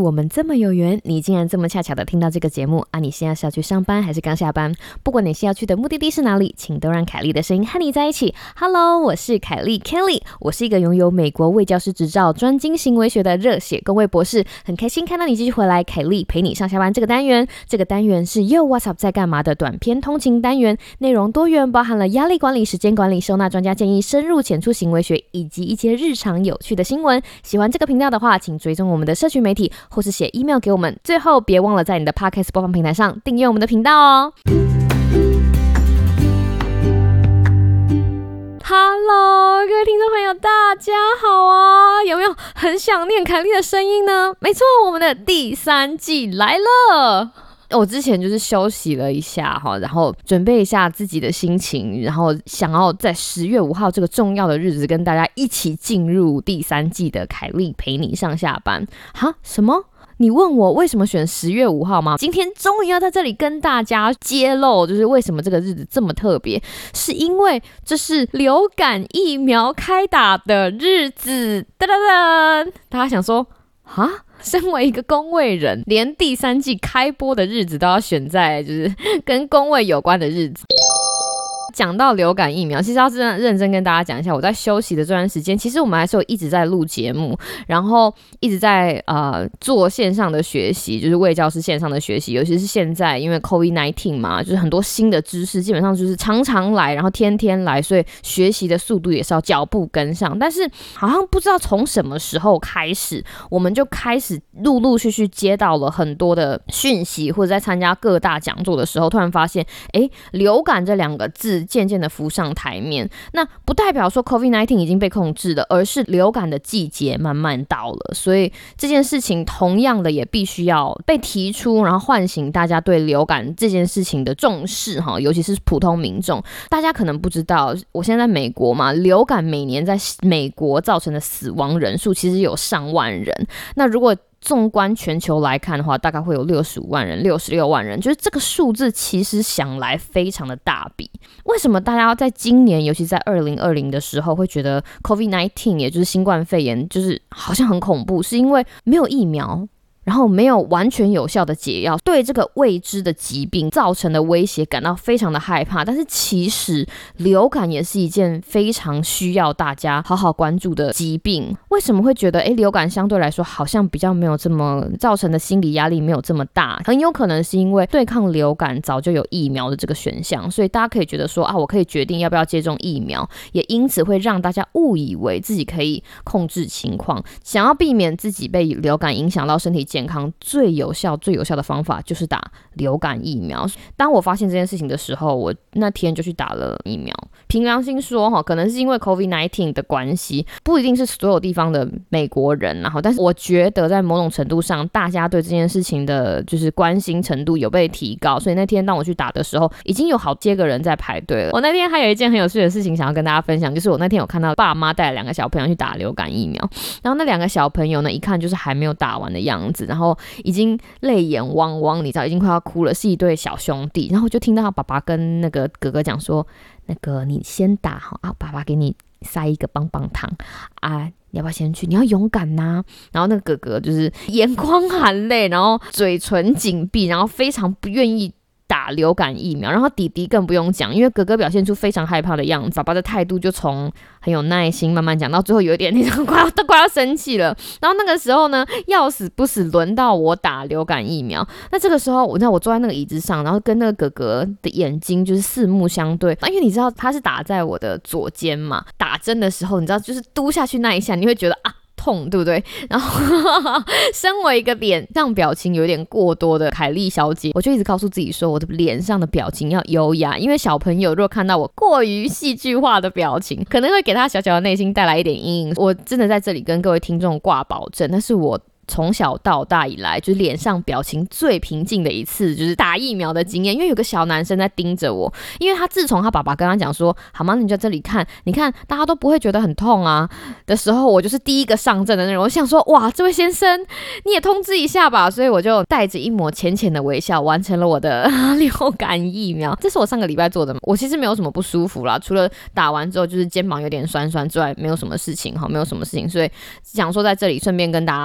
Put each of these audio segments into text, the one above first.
我们这么有缘，你竟然这么恰巧的听到这个节目啊！你现在是要去上班还是刚下班？不管你是要去的目的地是哪里，请都让凯莉的声音和你在一起。Hello， 我是凯莉 Kelly， 我是一个拥有美国卫教师执照、专精行为学的热血公卫博士。很开心看到你继续回来，凯莉陪你上下班这个单元。这个单元是 Yo What's Up 在干嘛的短篇通勤单元，内容多元，包含了压力管理、时间管理、收纳专家建议、深入浅出行为学，以及一些日常有趣的新闻。喜欢这个频道的话，请追踪我们的社群媒体，或是写 email 给我们。最后别忘了在你的 Podcast 播放平台上订阅我们的频道哦。Hello， 各位听众朋友，大家好啊！有没有很想念凯莉的声音呢？没错，我们的第3季来了。我之前就是休息了一下哈，然后准备一下自己的心情，然后想要在10月5号这个重要的日子跟大家一起进入第3季的凯莉陪你上下班。哈？什么？你问我为什么选10月5号吗？今天终于要在这里跟大家揭露，就是为什么这个日子这么特别，是因为这是流感疫苗开打的日子。哒哒哒！大家想说，哈？身为一个公卫人，连第3季开播的日子都要选在就是跟公卫有关的日子。讲到流感疫苗，其实要真的认真跟大家讲一下，我在休息的这段时间，其实我们还是有一直在录节目，然后一直在做线上的学习，就是卫教师线上的学习，尤其是现在因为 COVID-19 嘛，就是很多新的知识，基本上就是常常来，然后天天来，所以学习的速度也是要脚步跟上。但是好像不知道从什么时候开始，我们就开始陆陆续续接到了很多的讯息，或者在参加各大讲座的时候，突然发现，流感这2个字渐渐的浮上台面。那不代表说 COVID-19 已经被控制了，而是流感的季节慢慢到了，所以这件事情同样的也必须要被提出，然后唤醒大家对流感这件事情的重视，尤其是普通民众。大家可能不知道，我现在在美国嘛，流感每年在美国造成的死亡人数其实有上万人。那如果纵观全球来看的话，大概会有65万人、66万人，就是这个数字其实想来非常的大笔。为什么大家在今年，尤其在2020的时候，会觉得 COVID-19 也就是新冠肺炎就是好像很恐怖？是因为没有疫苗，然后没有完全有效的解药，对这个未知的疾病造成的威胁感到非常的害怕。但是其实流感也是一件非常需要大家好好关注的疾病。为什么会觉得流感相对来说好像比较没有这么造成的心理压力没有这么大？很有可能是因为对抗流感早就有疫苗的这个选项，所以大家可以觉得说我可以决定要不要接种疫苗，也因此会让大家误以为自己可以控制情况。想要避免自己被流感影响到身体健康，最有效的方法就是打流感疫苗。当我发现这件事情的时候，我那天就去打了疫苗。凭良心说可能是因为 COVID-19 的关系，不一定是所有地方的美国人，但是我觉得在某种程度上，大家对这件事情的就是关心程度有被提高，所以那天当我去打的时候，已经有好些个人在排队了。我那天还有一件很有趣的事情想要跟大家分享，就是我那天有看到爸妈带了2个小朋友去打流感疫苗，然后那2个小朋友呢，一看就是还没有打完的样子，然后已经泪眼汪汪，你知道已经快要哭了，是一对小兄弟。然后我就听到他爸爸跟那个哥哥讲说，那个你先打爸爸给你塞一个棒棒糖啊，你要不要先去？你要勇敢呐！然后那个哥哥就是眼眶含泪，然后嘴唇紧闭，然后非常不愿意打流感疫苗。然后弟弟更不用讲，因为哥哥表现出非常害怕的样子，爸爸的态度就从很有耐心慢慢讲到最后有一点快要生气了。然后那个时候呢，要死不死轮到我打流感疫苗。那这个时候我坐在那个椅子上，然后跟那个哥哥的眼睛就是四目相对，因为你知道他是打在我的左肩嘛，打针的时候你知道就是嘟下去那一下，你会觉得痛，对不对？然后身为一个脸上表情有点过多的凯莉小姐，我就一直告诉自己说，我的脸上的表情要优雅，因为小朋友如果看到我过于戏剧化的表情，可能会给他小小的内心带来一点阴影。我真的在这里跟各位听众挂保证，那是我从小到大以来就是脸上表情最平静的一次就是打疫苗的经验。因为有个小男生在盯着我，因为他自从他爸爸跟他讲说好吗你就在这里看，你看大家都不会觉得很痛啊的时候，我就是第一个上阵的那种。我想说哇，这位先生你也通知一下吧，所以我就带着一抹浅浅的微笑完成了我的流感疫苗。这是我上个礼拜做的，我其实没有什么不舒服啦，除了打完之后就是肩膀有点酸酸之外，没有什么事情，所以想说在这里顺便跟大家分享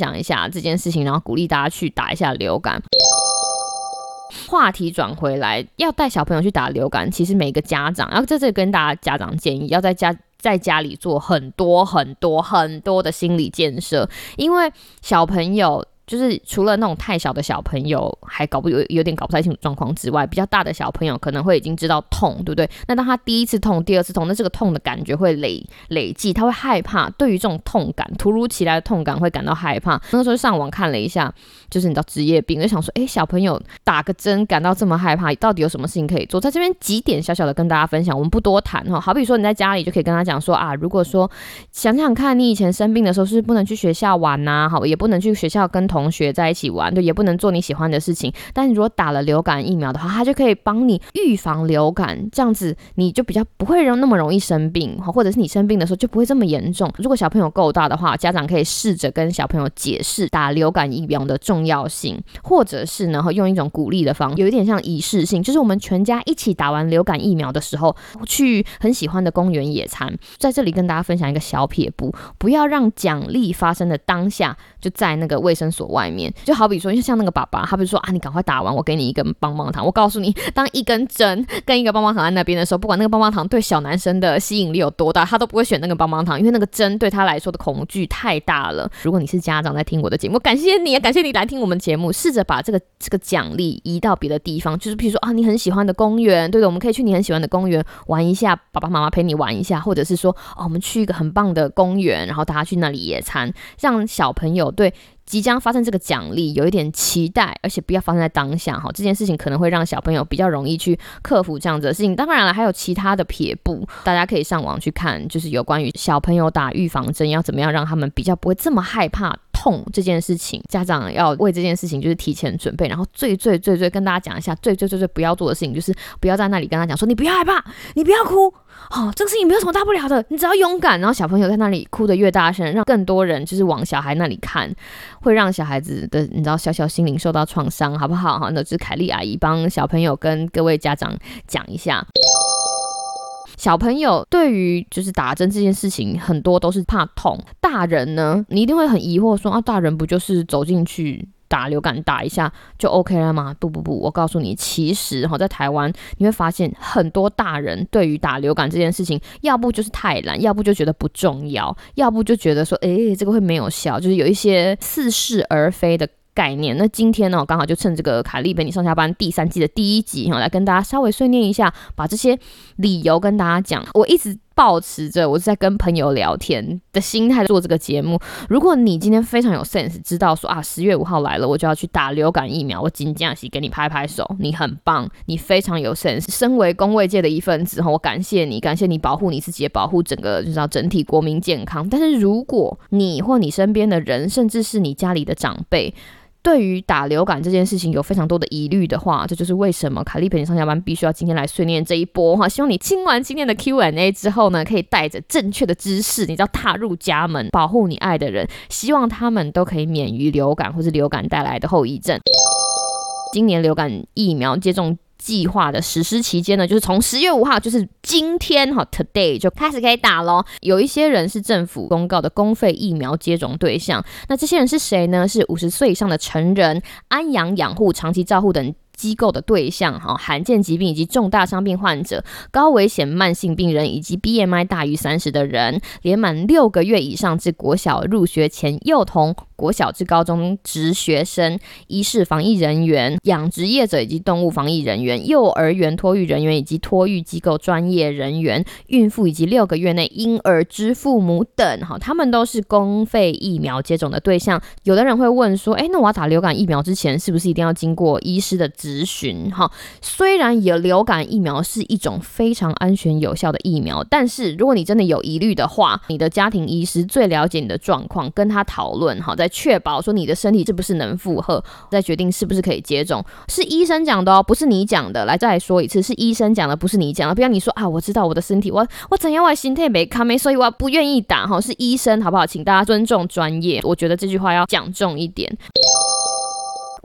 享一下这件事情，然后鼓励大家去打一下流感。话题转回来，要带小朋友去打流感，其实每个家长，然后在这里跟大家家长建议，要在家里做很多的心理建设，因为小朋友就是除了那种太小的小朋友还有点搞不太清楚状况之外，比较大的小朋友可能会已经知道痛，对不对？那当他第一次痛、第二次痛，那这个痛的感觉会累积，他会害怕，对于这种痛感，突如其来的痛感会感到害怕。那个时候上网看了一下，就是你知道职业病，就想说，小朋友打个针感到这么害怕，到底有什么事情可以做？在这边几点小小的跟大家分享，我们不多谈哈。好比说你在家里就可以跟他讲说啊，如果说想想看你以前生病的时候，是不能去学校玩啊，好，也不能去学校跟同学在一起玩，对，也不能做你喜欢的事情。但如果打了流感疫苗的话，它就可以帮你预防流感，这样子你就比较不会那么容易生病，或者是你生病的时候就不会这么严重。如果小朋友够大的话，家长可以试着跟小朋友解释打流感疫苗的重要性，或者是呢用一种鼓励的方式，有一点像仪式性，就是我们全家一起打完流感疫苗的时候，去很喜欢的公园野餐。在这里跟大家分享一个小撇步，不要让奖励发生的当下就在那个卫生所外面。就好比说像那个爸爸，他不是说啊，你赶快打完，我给你一根棒棒糖。我告诉你，当一根针跟一个棒棒糖在那边的时候，不管那个棒棒糖对小男生的吸引力有多大，他都不会选那个棒棒糖，因为那个针对他来说的恐惧太大了。如果你是家长在听我的节目，感谢你来听我们节目，试着把这个奖励移到别的地方，就是譬如说啊，你很喜欢的公园，对的，我们可以去你很喜欢的公园玩一下，爸爸妈妈陪你玩一下，或者是说我们去一个很棒的公园，然后大家去那里野餐，让小朋友对即将发生这个奖励有一点期待，而且不要发生在当下，这件事情可能会让小朋友比较容易去克服这样子的事情。当然了，还有其他的撇步，大家可以上网去看，就是有关于小朋友打预防针要怎么样让他们比较不会这么害怕痛这件事情，家长要为这件事情就是提前准备。然后最跟大家讲一下，最不要做的事情就是不要在那里跟他讲说你不要害怕，你不要哭，这个事情没有什么大不了的，你只要勇敢。然后小朋友在那里哭得越大声，让更多人就是往小孩那里看，会让小孩子的你知道小小心灵受到创伤，好不好？那就是凯莉阿姨帮小朋友跟各位家长讲一下。小朋友对于就是打针这件事情很多都是怕痛，大人呢你一定会很疑惑说大人不就是走进去打流感打一下就 OK 了吗？不，我告诉你，其实在台湾你会发现很多大人对于打流感这件事情，要不就是太懒，要不就觉得不重要，要不就觉得说这个会没有效，就是有一些似是而非的概念。那今天呢，刚好就趁这个凯莉陪你上下班第3季的第1集来跟大家稍微碎念一下，把这些理由跟大家讲。我一直抱持着我是在跟朋友聊天的心态做这个节目。如果你今天非常有 sense， 知道说10月5号来了，我就要去打流感疫苗，我真的是给你拍拍手，你很棒，你非常有 sense。身为公卫界的一份子，我感谢你保护你自己，也保护整个就是整体国民健康。但是如果你或你身边的人，甚至是你家里的长辈，对于打流感这件事情有非常多的疑虑的话，这就是为什么凯莉陪你上下班必须要今天来训练这一波。希望你听完今天的 Q&A 之后呢，可以带着正确的知识，你知道踏入家门，保护你爱的人，希望他们都可以免于流感或是流感带来的后遗症。今年流感疫苗接种计划的实施期间呢，就是从10月5号，就是今天today 就开始可以打咯。有一些人是政府公告的公费疫苗接种对象，那这些人是谁呢？是50岁以上的成人、安养养护、长期照护等机构的对象，罕见疾病以及重大伤病患者、高危险慢性病人以及 BMI 大于30的人，连满6个月以上至国小入学前幼童、国小至高中职学生、医事防疫人员、养殖业者以及动物防疫人员、幼儿园托育人员以及托育机构专业人员、孕妇以及6个月内婴儿之父母等，他们都是公费疫苗接种的对象。有的人会问说，那我要打流感疫苗之前是不是一定要经过医师的咨询？虽然流感疫苗是一种非常安全有效的疫苗，但是如果你真的有疑虑的话，你的家庭医师最了解你的状况，跟他讨论，再确保说你的身体是不是能负荷，再决定是不是可以接种。是医生讲的不是你讲的。再来说一次，是医生讲的，不是你讲的。不要你说我知道我的身体，我怎样，我心态没卡没，所以我不愿意打。是医生，好不好？请大家尊重专业，我觉得这句话要讲重一点。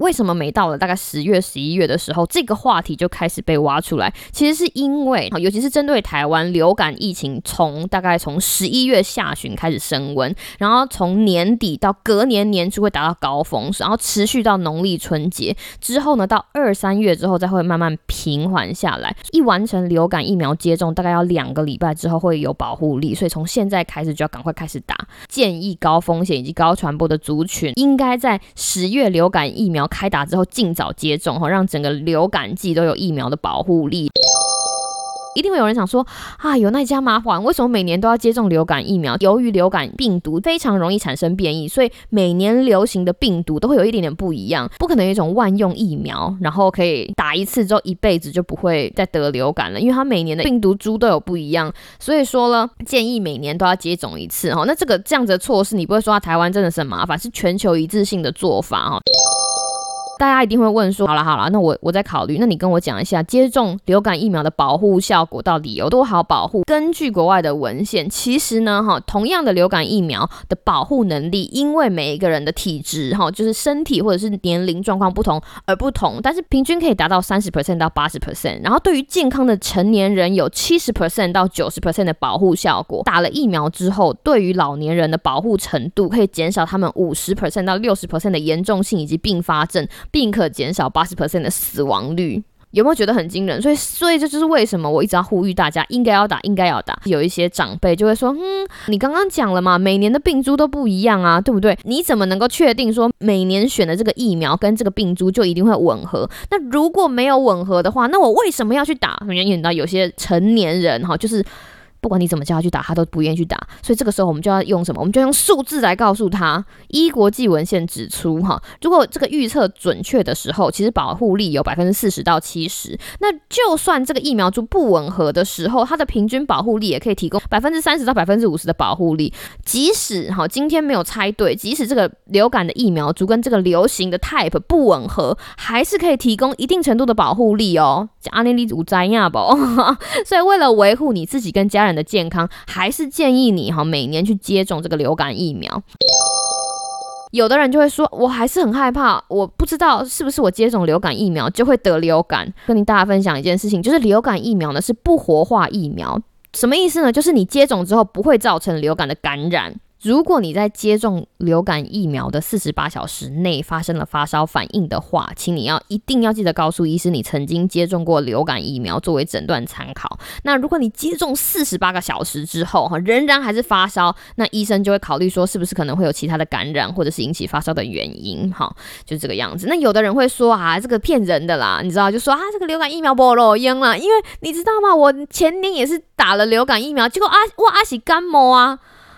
为什么每到了大概10月、11月的时候，这个话题就开始被挖出来？其实是因为，尤其是针对台湾流感疫情，大概从11月下旬开始升温，然后从年底到隔年年初会达到高峰，然后持续到农历春节之后呢，到2、3月之后再会慢慢平缓下来。一完成流感疫苗接种，大概要2个礼拜之后会有保护力，所以从现在开始就要赶快开始打。建议高风险以及高传播的族群，应该在10月流感疫苗开打之后尽早接种，让整个流感季都有疫苗的保护力。一定会有人想说有那家麻烦，为什么每年都要接种流感疫苗？由于流感病毒非常容易产生变异，所以每年流行的病毒都会有一点点不一样，不可能有一种万用疫苗，然后可以打一次之后一辈子就不会再得流感了，因为它每年的病毒株都有不一样，所以说呢，建议每年都要接种一次。那这样子的措施，你不会说台湾真的是很麻烦，是全球一致性的做法。大家一定会问说，好了，那我再考虑。那你跟我讲一下，接种流感疫苗的保护效果到底有多好保护？根据国外的文献，其实呢，同样的流感疫苗的保护能力，因为每一个人的体质，就是身体或者是年龄状况不同而不同，但是平均可以达到30% 到80%。然后对于健康的成年人，有70% 到90% 的保护效果。打了疫苗之后，对于老年人的保护程度，可以减少他们50% 到60% 的严重性以及并发症，并可减少80% 的死亡率。有没有觉得很惊人？所以这就是为什么我一直要呼吁大家应该要打。有一些长辈就会说，你刚刚讲了嘛，每年的病株都不一样啊，对不对？你怎么能够确定说每年选的这个疫苗跟这个病株就一定会吻合？那如果没有吻合的话，那我为什么要去打？因为你知道有些成年人就是不管你怎么叫他去打，他都不愿意去打。所以这个时候我们就要用什么？我们就要用数字来告诉他。依国际文献指出，如果这个预测准确的时候，其实保护力有40%到70%。那就算这个疫苗株不吻合的时候，它的平均保护力也可以提供30%到50%的保护力。即使今天没有猜对，即使这个流感的疫苗株跟这个流行的 type 不吻合，还是可以提供一定程度的保护力哦。这样你有知道吗？所以为了维护你自己跟家人的健康，还是建议你每年去接种这个流感疫苗。有的人就会说，我还是很害怕，我不知道是不是我接种流感疫苗就会得流感。跟大家分享一件事情，就是流感疫苗呢是不活化疫苗。什么意思呢？就是你接种之后不会造成流感的感染。如果你在接种流感疫苗的48小时内发生了发烧反应的话，请你一定要记得告诉医师你曾经接种过流感疫苗，作为诊断参考。那如果你接种48个小时之后仍然还是发烧，那医生就会考虑说是不是可能会有其他的感染或者是引起发烧的原因，就是这个样子。那有的人会说这个骗人的啦，你知道，就说这个流感疫苗没路用啦，因为你知道吗，我前年也是打了流感疫苗，结果我是感冒啊。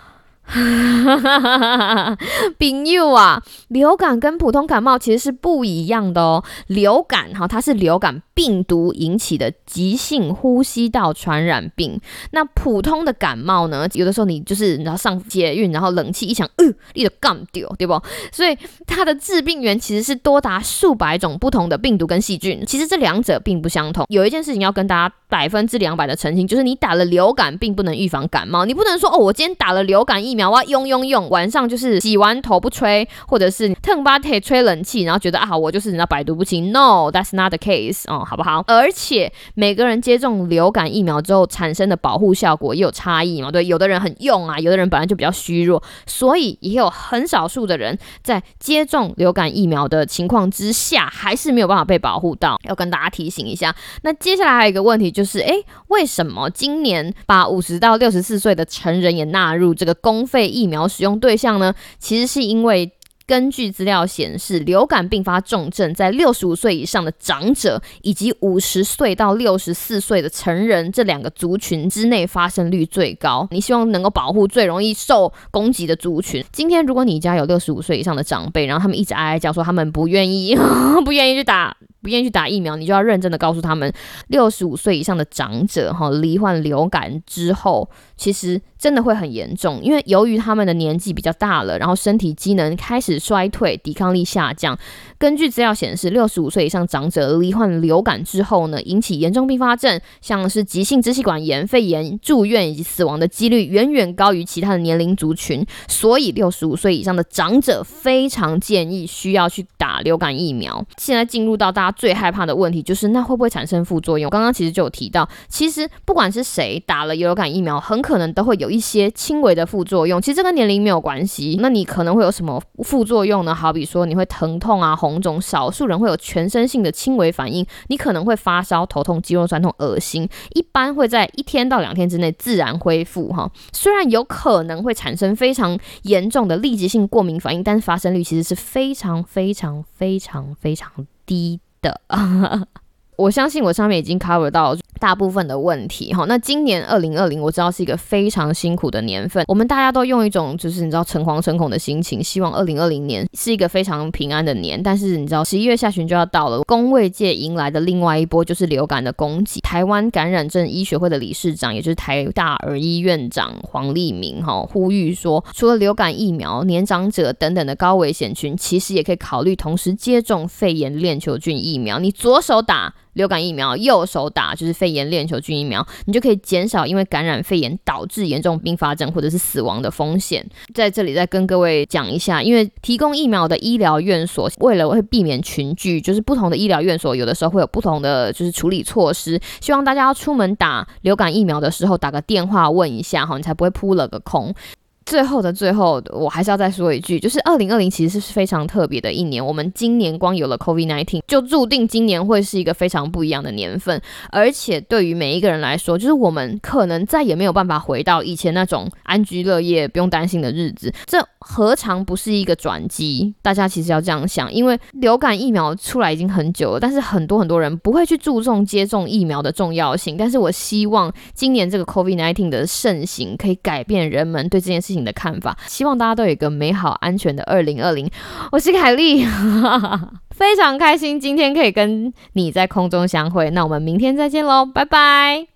朋友啊，流感跟普通感冒其实是不一样的哦。流感它是流感病毒引起的急性呼吸道传染病。那普通的感冒呢，有的时候你就是然后上捷运，然后冷气一响，你就干掉，对不？所以它的致病源其实是多达数百种不同的病毒跟细菌。其实这两者并不相同。有一件事情要跟大家200%的澄清，就是你打了流感并不能预防感冒。你不能说我今天打了流感疫苗，我要用，晚上就是洗完头不吹，或者是腾巴腿吹冷气，然后觉得我就是百毒不侵。No, that's not the case，好不好？而且每个人接种流感疫苗之后产生的保护效果也有差异嘛，对，有的人很用有的人本来就比较虚弱，所以也有很少数的人在接种流感疫苗的情况之下，还是没有办法被保护到。要跟大家提醒一下。那接下来还有一个问题就是，为什么今年把50到64岁的成人也纳入这个公费疫苗使用对象呢？其实是因为根据资料显示，流感并发重症在65岁以上的长者以及50岁到64岁的成人这两个族群之内发生率最高。你希望能够保护最容易受攻击的族群。今天如果你家有65岁以上的长辈，然后他们一直哀叫说他们不愿意去打疫苗，你就要认真的告诉他们，65岁以上的长者罹患流感之后，其实真的会很严重，因为由于他们的年纪比较大了，然后身体机能开始衰退，抵抗力下降。 根据资料显示，65岁以上长者罹患流感之后呢，引起严重并发症，像是急性支气管炎、肺炎、住院以及死亡的几率远远高于其他的年龄族群，所以65岁以上的长者非常建议需要去打流感疫苗。现在进入到大家最害怕的问题，就是那会不会产生副作用？刚刚其实就有提到，其实不管是谁打了流感疫苗，很可能都会有一些轻微的副作用，其实这跟年龄没有关系。那你可能会有什么副作用呢？好比说你会疼痛啊、红肿，少数人会有全身性的轻微反应，你可能会发烧、头痛、肌肉酸痛、恶心，一般会在1天到2天之内自然恢复哈。虽然有可能会产生非常严重的立即性过敏反应，但是发生率其实是非常非常非常非常低的。我相信我上面已经 cover 到大部分的问题。那今年2020我知道是一个非常辛苦的年份，我们大家都用一种就是你知道诚惶诚恐的心情，希望2020年是一个非常平安的年。但是你知道11月下旬就要到了，公卫界迎来的另外一波就是流感的攻击。台湾感染症医学会的理事长，也就是台大儿医院长黄立明呼吁说，除了流感疫苗，年长者等等的高危险群其实也可以考虑同时接种肺炎链球菌疫苗。你左手打流感疫苗，右手打就是肺炎链球菌疫苗，你就可以减少因为感染肺炎导致严重并发症或者是死亡的风险。在这里再跟各位讲一下，因为提供疫苗的医疗院所为了会避免群聚，就是不同的医疗院所有的时候会有不同的就是处理措施，希望大家要出门打流感疫苗的时候打个电话问一下，你才不会扑了个空。最后的最后，我还是要再说一句，就是2020其实是非常特别的一年。我们今年光有了 COVID-19， 就注定今年会是一个非常不一样的年份。而且对于每一个人来说，就是我们可能再也没有办法回到以前那种安居乐业、不用担心的日子。这何尝不是一个转机？大家其实要这样想，因为流感疫苗出来已经很久了，但是很多人不会去注重接种疫苗的重要性。但是我希望今年这个 COVID-19 的盛行可以改变人们对这件事情的看法，希望大家都有一个美好安全的2020。我是凯莉非常开心今天可以跟你在空中相会，那我们明天再见咯，拜拜。